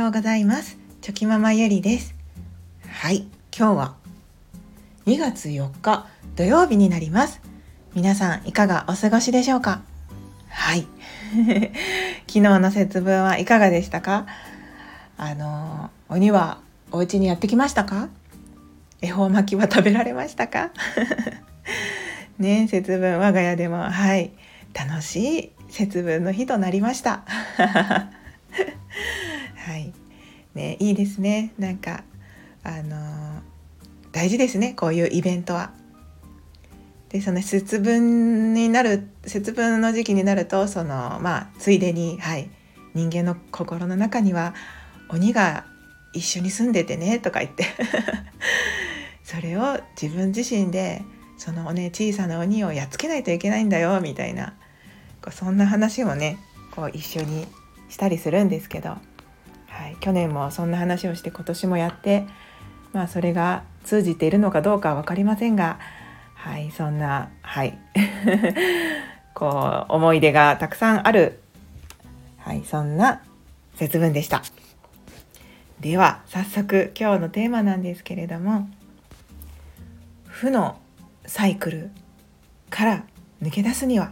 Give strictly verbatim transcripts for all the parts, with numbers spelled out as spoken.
ようございます。チョキママゆりです。はい、今日はにがつよっか土曜日になります。皆さんいかがお過ごしでしょうか？はい昨日の節分はいかがでしたか？あの鬼はお家にやってきましたか？恵方巻きは食べられましたか？ね、節分我が家でもはい楽しい節分の日となりましたはいね、いいですね。なんかあのー、大事ですね、こういうイベントは。でその節分になる節分の時期になるとそのまあついでに、はい、人間の心の中には鬼が一緒に住んでてねとか言ってそれを自分自身でそのね小さな鬼をやっつけないといけないんだよみたいな、こうそんな話をねこう一緒にしたりするんですけど、はい、去年もそんな話をして今年もやって、まあ、それが通じているのかどうかは分かりませんが、はい、そんな、はいこう思い出がたくさんある、はい、そんな節分でした。では早速今日のテーマなんですけれども、負のサイクルから抜け出すには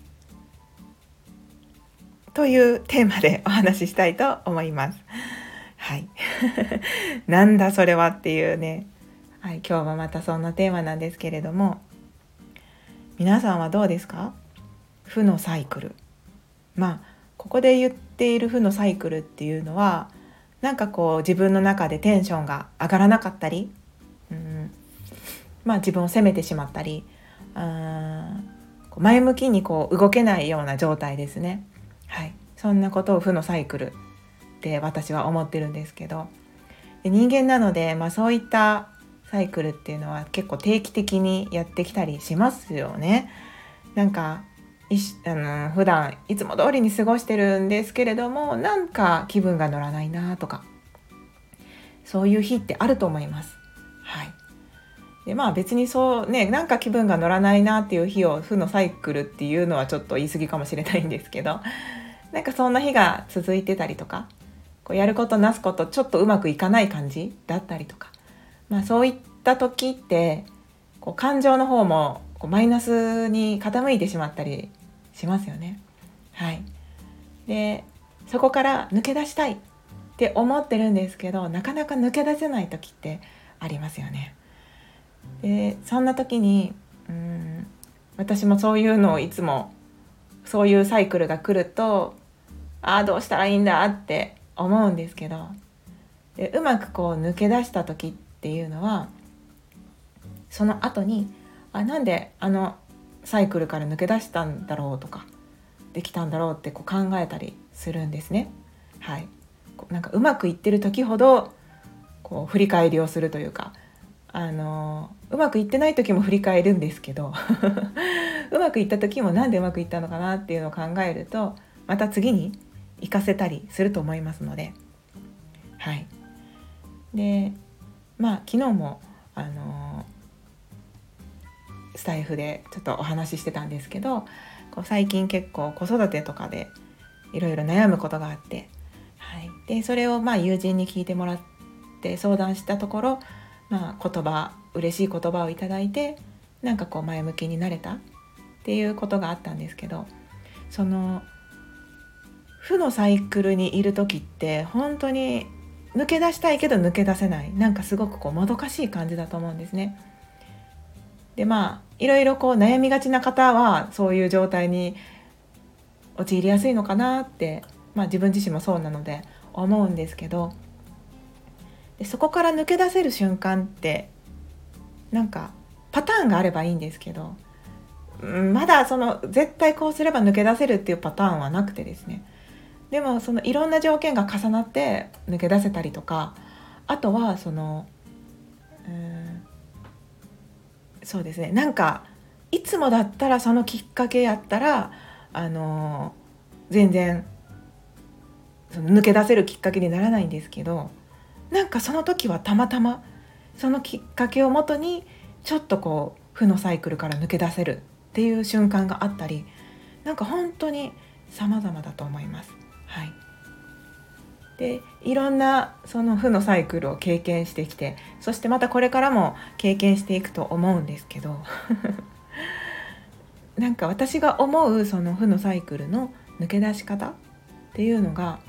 というテーマでお話ししたいと思います。はいなんだそれはっていうね、はい、今日もまたそんなテーマなんですけれども、皆さんはどうですか？負のサイクル、まあここで言っている負のサイクルっていうのは、なんかこう自分の中でテンションが上がらなかったり、うん、まあ自分を責めてしまったり、あ前向きにこう動けないような状態ですね。はい、そんなことを負のサイクルって私は思ってるんですけど、で人間なので、まあ、そういったサイクルっていうのは結構定期的にやってきたりしますよね。なんかいしあの普段いつも通りに過ごしてるんですけれども、なんか気分が乗らないなとか、そういう日ってあると思います。はい。でまあ別にそうね、なんか気分が乗らないなっていう日を負のサイクルっていうのはちょっと言い過ぎかもしれないんですけど、なんかそんな日が続いてたりとか、こうやることなすことちょっとうまくいかない感じだったりとか、まあ、そういった時ってこう感情の方もこうマイナスに傾いてしまったりしますよね。はい。でそこから抜け出したいって思ってるんですけど、なかなか抜け出せない時ってありますよね。でそんな時にうーん私もそういうのをいつもそういうサイクルが来ると、ああどうしたらいいんだって思うんですけど、でうまくこう抜け出した時っていうのは、その後にあなんであのサイクルから抜け出したんだろうとかできたんだろうってこう考えたりするんですね。はい、なんかうまくいってる時ほどこう振り返りをするというか、あのうまくいってない時も振り返るんですけどうまくいった時もなんでうまくいったのかなっていうのを考えると、また次に活かせたりすると思いますので、はい。でまあ昨日もあのスタイフでちょっとお話ししてたんですけど、こう最近結構子育てとかでいろいろ悩むことがあって、はい、でそれをまあ友人に聞いてもらって相談したところ、まあ、言葉嬉しい言葉をいただいて、なんかこう前向きになれたっていうことがあったんですけど、その負のサイクルにいる時って本当に抜け出したいけど抜け出せない、なんかすごくこうもどかしい感じだと思うんですね。でまあいろいろこう悩みがちな方はそういう状態に陥りやすいのかなって、まあ、自分自身もそうなので思うんですけど、でそこから抜け出せる瞬間ってなんかパターンがあればいいんですけど、うんまだその絶対こうすれば抜け出せるっていうパターンはなくてですね、でもそのいろんな条件が重なって抜け出せたりとか、あとはそのうーんそうですね、なんかいつもだったらそのきっかけやったらあのー全然その抜け出せるきっかけにならないんですけど、なんかその時はたまたまそのきっかけをもとにちょっとこう負のサイクルから抜け出せるっていう瞬間があったり、なんか本当に様々だと思います。はい。 でいろんなその負のサイクルを経験してきて、そしてまたこれからも経験していくと思うんですけどなんか私が思うその負のサイクルの抜け出し方っていうのが、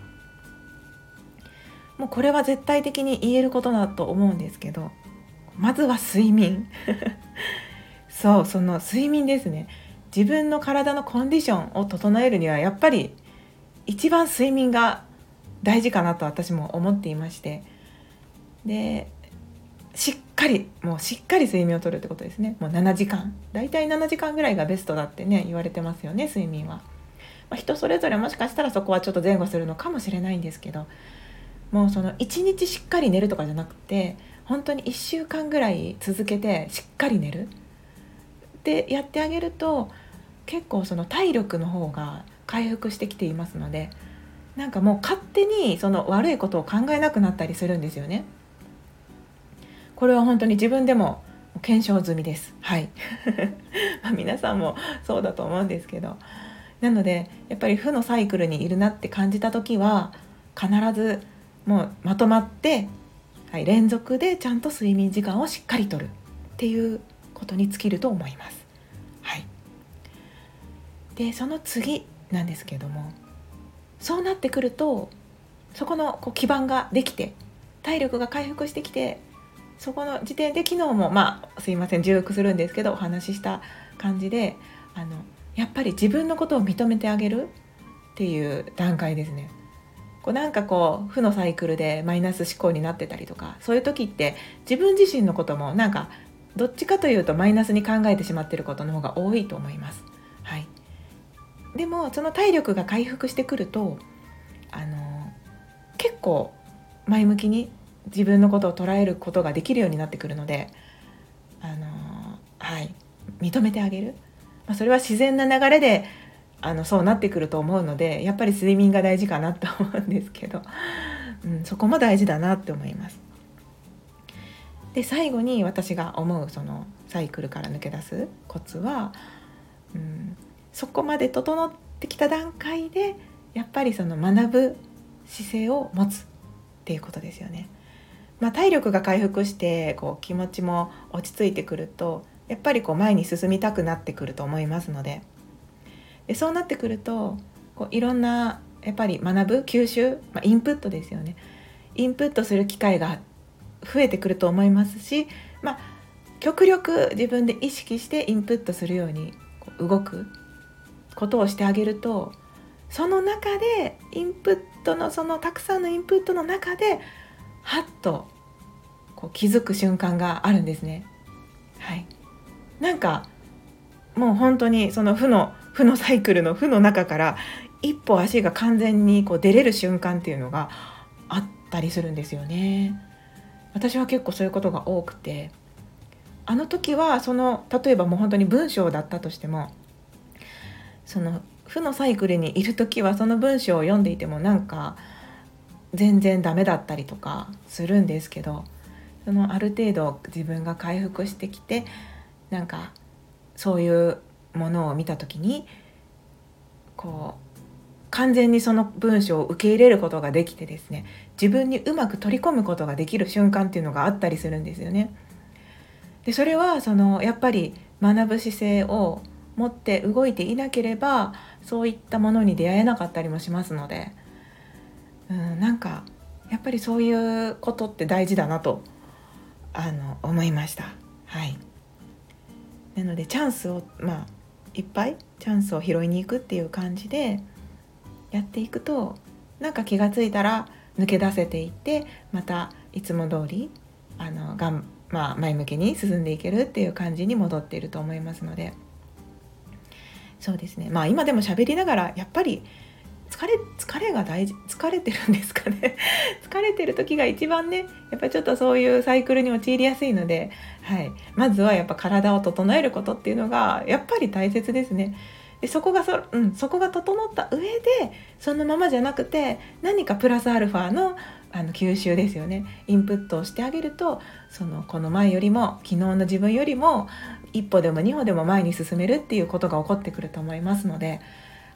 もうこれは絶対的に言えることだと思うんですけど、まずは睡眠そう、その睡眠ですね。自分の体のコンディションを整えるにはやっぱり一番睡眠が大事かなと私も思っていまして、でしっかりもうしっかり睡眠をとるってことですね。もうななじかん、だいたいななじかんぐらいがベストだってね言われてますよね、睡眠は。まあ、人それぞれもしかしたらそこはちょっと前後するのかもしれないんですけど、もうそのいちにちしっかり寝るとかじゃなくて、本当にいっしゅうかんぐらい続けてしっかり寝るってやってあげると、結構その体力の方が回復してきていますので、なんかもう勝手にその悪いことを考えなくなったりするんですよね。これは本当に自分でも検証済みです。はいまあ皆さんもそうだと思うんですけど、なのでやっぱり負のサイクルにいるなって感じた時は、必ずもうまとまって、はい、連続でちゃんと睡眠時間をしっかりとるっていうことに尽きると思います。はい、でその次なんですけども、そうなってくると、そこのこう基盤ができて体力が回復してきて、そこの時点で昨日もまあすいません重複するんですけどお話しした感じで、あのやっぱり自分のことを認めてあげるっていう段階ですね。こうなんかこう負のサイクルでマイナス思考になってたりとか、そういう時って自分自身のこともなんかどっちかというとマイナスに考えてしまっていることの方が多いと思います。はい、でもその体力が回復してくると、あの結構前向きに自分のことを捉えることができるようになってくるので、あの、はい、認めてあげる、まあ、それは自然な流れであのそうなってくると思うので、やっぱり睡眠が大事かなと思うんですけど、うん、そこも大事だなって思います。で最後に私が思うそのサイクルから抜け出すコツは、うん、そこまで整ってきた段階でやっぱりその学ぶ姿勢を持つっていうことですよね。まあ、体力が回復してこう気持ちも落ち着いてくると、やっぱりこう前に進みたくなってくると思いますので、でそうなってくるとこういろんなやっぱり学ぶ吸収、まあ、インプットですよね。インプットする機会が増えてくると思いますし、まあ、極力自分で意識してインプットするようにこう動くことをしてあげると、その中でインプットのそのたくさんのインプットの中ではっとこう気づく瞬間があるんですね。はい、なんかもう本当にその負の負のサイクルの負の中から一歩足が完全にこう出れる瞬間っていうのがあったりするんですよね。私は結構そういうことが多くて、あの時はその例えばもう本当に文章だったとしても、その負のサイクルにいる時はその文章を読んでいてもなんか全然ダメだったりとかするんですけど、そのある程度自分が回復してきて、なんかそういうものを見た時にこう完全にその文章を受け入れることができてですね、自分にうまく取り込むことができる瞬間っていうのがあったりするんですよね。でそれはそのやっぱり学ぶ姿勢を持って動いていなければそういったものに出会えなかったりもしますので、うん、なんかやっぱりそういうことって大事だなとあの思いました。はい、なのでチャンスをまあいっぱいチャンスを拾いに行くっていう感じでやっていくと、なんか気がついたら抜け出せていって、またいつも通りあのがん、まあ、前向きに進んでいけるっていう感じに戻っていると思いますので、そうですね、まあ今でも喋りながらやっぱり疲れ疲れが大事、疲れてるんですかね疲れてる時が一番ね、やっぱりちょっとそういうサイクルに陥りやすいので、はい、まずはやっぱ体を整えることっていうのがやっぱり大切ですね。でそこが そ,、うん、そこが整った上でそのままじゃなくて何かプラスアルファのあの吸収ですよね、インプットをしてあげると、そのこの前よりも昨日の自分よりも一歩でも二歩でも前に進めるっていうことが起こってくると思いますので、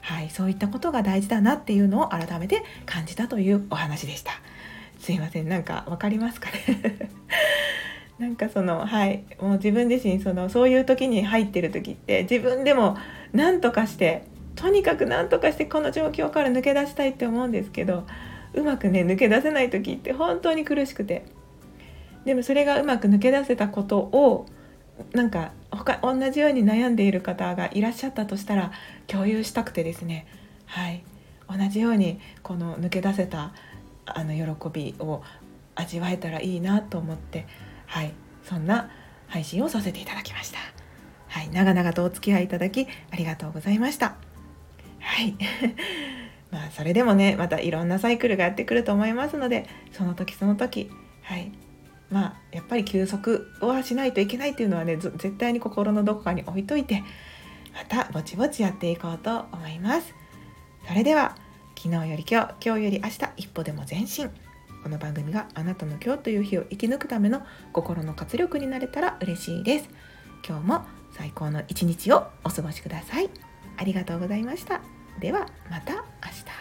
はい、そういったことが大事だなっていうのを改めて感じたというお話でした。すいません、なんかわかりますかねなんかそのはいもう自分自身そのそういう時に入ってる時って自分でも何とかしてとにかく何とかしてこの状況から抜け出したいって思うんですけど、うまくね抜け出せない時って本当に苦しくて、でもそれがうまく抜け出せたことをなんか他同じように悩んでいる方がいらっしゃったとしたら共有したくてですね、はい、同じようにこの抜け出せたあの喜びを味わえたらいいなと思って、はい、そんな配信をさせていただきました。はい、長々とお付き合いいただきありがとうございました。はいまあそれでもねまたいろんなサイクルがやってくると思いますので、その時その時、はいまあやっぱり休息はしないといけないっていうのはね絶対に心のどこかに置いといて、またぼちぼちやっていこうと思います。それでは昨日より今日、今日より明日、一歩でも前進。この番組があなたの今日という日を生き抜くための心の活力になれたら嬉しいです。今日も最高の一日をお過ごしください。ありがとうございました。ではまた明日。